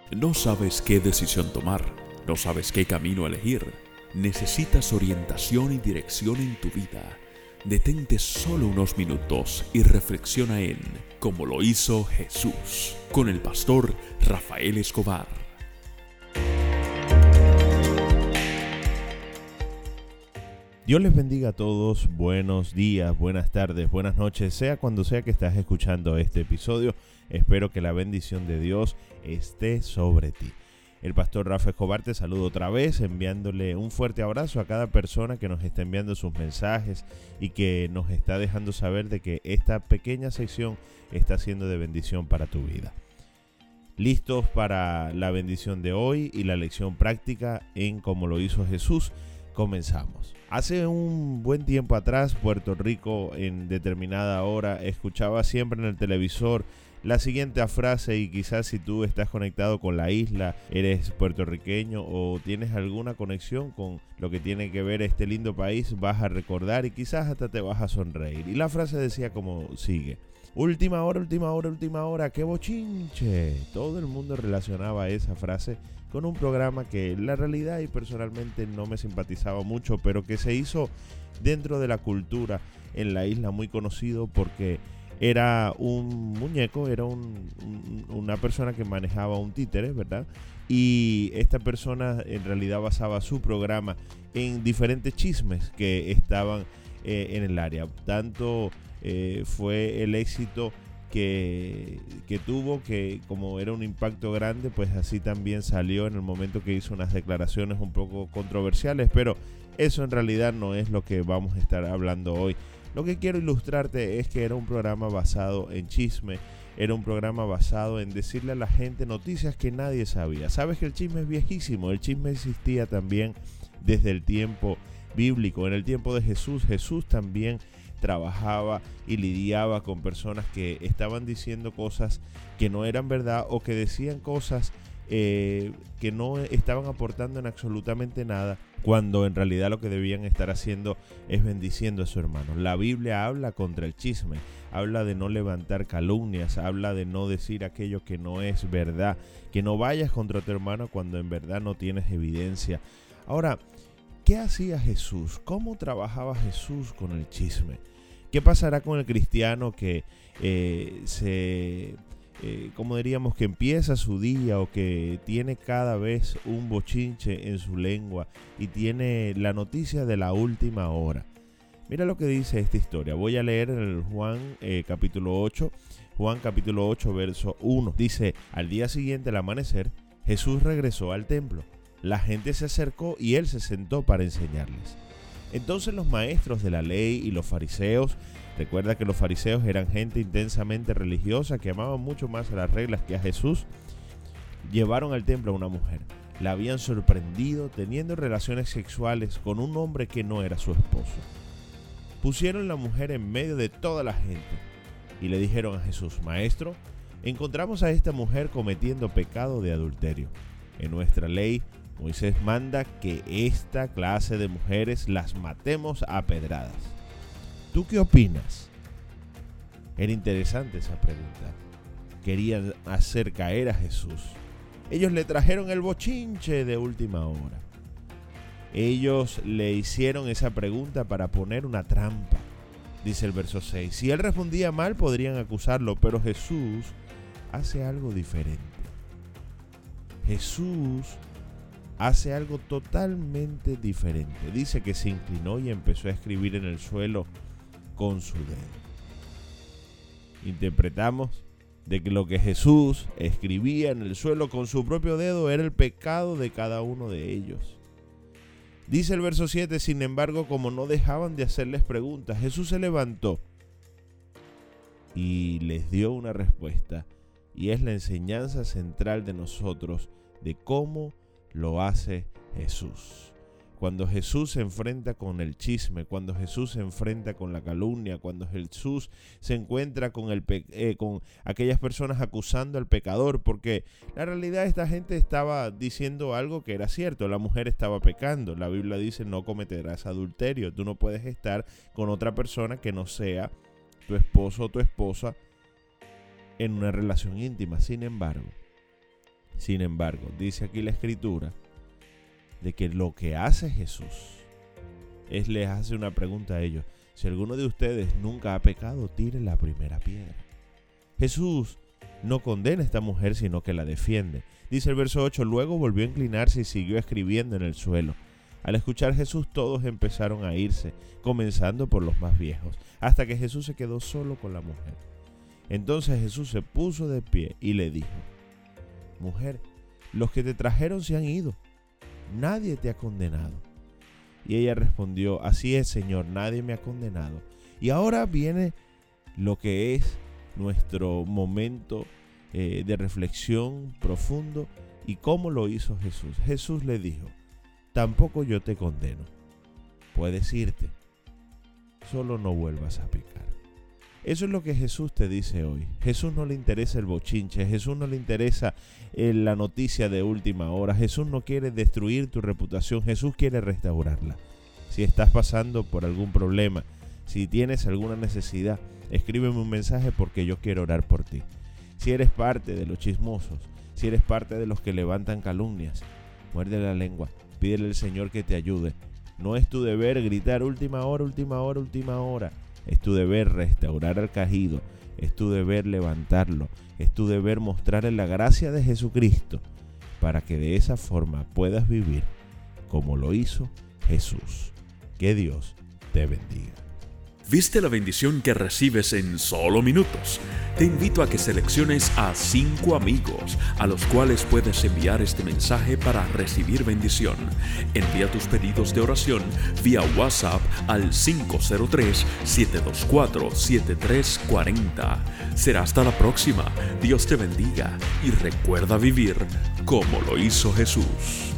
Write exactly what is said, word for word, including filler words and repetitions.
No sabes qué decisión tomar, no sabes qué camino elegir. Necesitas orientación y dirección en tu vida. Detente solo unos minutos y reflexiona en Como lo hizo Jesús, con el pastor Rafael Escobar. Dios les bendiga a todos, buenos días, buenas tardes, buenas noches, sea cuando sea que estás escuchando este episodio. Espero que la bendición de Dios esté sobre ti. El pastor Rafa Escobar te saluda otra vez, enviándole un fuerte abrazo a cada persona que nos está enviando sus mensajes y que nos está dejando saber de que esta pequeña sección está siendo de bendición para tu vida. Listos para la bendición de hoy y la lección práctica en Como lo hizo Jesús. Comenzamos. Hace un buen tiempo atrás, Puerto Rico, en determinada hora, escuchaba siempre en el televisor la siguiente frase, y quizás si tú estás conectado con la isla, eres puertorriqueño o tienes alguna conexión con lo que tiene que ver este lindo país, vas a recordar y quizás hasta te vas a sonreír. Y la frase decía como sigue: última hora, última hora, última hora, qué bochinche. Todo el mundo relacionaba esa frase con un programa que la realidad y personalmente no me simpatizaba mucho, pero que se hizo dentro de la cultura en la isla, muy conocido porque era un muñeco, era un, un, una persona que manejaba un títere, ¿verdad? Y esta persona en realidad basaba su programa en diferentes chismes que estaban eh, en el área. Tanto eh, fue el éxito que, que tuvo, que como era un impacto grande, pues así también salió en el momento que hizo unas declaraciones un poco controversiales, pero eso en realidad no es lo que vamos a estar hablando hoy. Lo que quiero ilustrarte es que era un programa basado en chisme, era un programa basado en decirle a la gente noticias que nadie sabía. Sabes que el chisme es viejísimo, el chisme existía también desde el tiempo bíblico. En el tiempo de Jesús, Jesús también trabajaba y lidiaba con personas que estaban diciendo cosas que no eran verdad o que decían cosas eh, que no estaban aportando en absolutamente nada, cuando en realidad lo que debían estar haciendo es bendiciendo a su hermano. La Biblia habla contra el chisme, habla de no levantar calumnias, habla de no decir aquello que no es verdad, que no vayas contra tu hermano cuando en verdad no tienes evidencia. Ahora, ¿qué hacía Jesús? ¿Cómo trabajaba Jesús con el chisme? ¿Qué pasará con el cristiano que eh, se... Eh, como diríamos, que empieza su día o que tiene cada vez un bochinche en su lengua y tiene la noticia de la última hora? Mira lo que dice esta historia. Voy a leer en el Juan eh, capítulo ocho, Juan capítulo ocho, verso uno. Dice: al día siguiente, al amanecer, Jesús regresó al templo. La gente se acercó y él se sentó para enseñarles. Entonces los maestros de la ley y los fariseos, recuerda que los fariseos eran gente intensamente religiosa que amaban mucho más a las reglas que a Jesús, llevaron al templo a una mujer. La habían sorprendido teniendo relaciones sexuales con un hombre que no era su esposo. Pusieron la mujer en medio de toda la gente y le dijeron a Jesús: Maestro, encontramos a esta mujer cometiendo pecado de adulterio. En nuestra ley, Moisés manda que esta clase de mujeres las matemos a pedradas. ¿Tú qué opinas? Era interesante esa pregunta. Querían hacer caer a Jesús. Ellos le trajeron el bochinche de última hora. Ellos le hicieron esa pregunta para poner una trampa. Dice el verso seis. Si él respondía mal, podrían acusarlo, pero Jesús hace algo diferente. Jesús hace algo totalmente diferente. Dice que se inclinó y empezó a escribir en el suelo con su dedo. Interpretamos de que lo que Jesús escribía en el suelo con su propio dedo era el pecado de cada uno de ellos. Dice el verso siete, sin embargo, como no dejaban de hacerles preguntas, Jesús se levantó y les dio una respuesta, y es la enseñanza central de nosotros de cómo lo hace Jesús. Cuando Jesús se enfrenta con el chisme, cuando Jesús se enfrenta con la calumnia, cuando Jesús se encuentra con, el pe- eh, con aquellas personas acusando al pecador, porque la realidad esta gente estaba diciendo algo que era cierto, la mujer estaba pecando. La Biblia dice: no cometerás adulterio. Tú no puedes estar con otra persona que no sea tu esposo o tu esposa en una relación íntima. Sin embargo, Sin embargo, dice aquí la Escritura de que lo que hace Jesús es les hace una pregunta a ellos. Si alguno de ustedes nunca ha pecado, tire la primera piedra. Jesús no condena a esta mujer, sino que la defiende. Dice el verso ocho, luego volvió a inclinarse y siguió escribiendo en el suelo. Al escuchar Jesús, todos empezaron a irse, comenzando por los más viejos, hasta que Jesús se quedó solo con la mujer. Entonces Jesús se puso de pie y le dijo, mujer, los que te trajeron se han ido, nadie te ha condenado. Y ella respondió, así es, Señor, nadie me ha condenado. Y ahora viene lo que es nuestro momento eh, de reflexión profundo y cómo lo hizo Jesús. Jesús le dijo, tampoco yo te condeno, puedes irte, solo no vuelvas a pecar. Eso es lo que Jesús te dice hoy. Jesús no le interesa el bochinche, Jesús no le interesa eh, la noticia de última hora, Jesús no quiere destruir tu reputación, Jesús quiere restaurarla. Si estás pasando por algún problema, si tienes alguna necesidad, escríbeme un mensaje porque yo quiero orar por ti. Si eres parte de los chismosos, si eres parte de los que levantan calumnias, muerde la lengua, pídele al Señor que te ayude. No es tu deber gritar última hora, última hora, última hora. Es tu deber restaurar al caído, es tu deber levantarlo, es tu deber mostrarle la gracia de Jesucristo para que de esa forma puedas vivir como lo hizo Jesús. Que Dios te bendiga. ¿Viste la bendición que recibes en solo minutos? Te invito a que selecciones a cinco amigos a los cuales puedes enviar este mensaje para recibir bendición. Envía tus pedidos de oración vía WhatsApp al cinco cero tres, siete dos cuatro, siete tres cuatro cero. Será hasta la próxima. Dios te bendiga y recuerda vivir como lo hizo Jesús.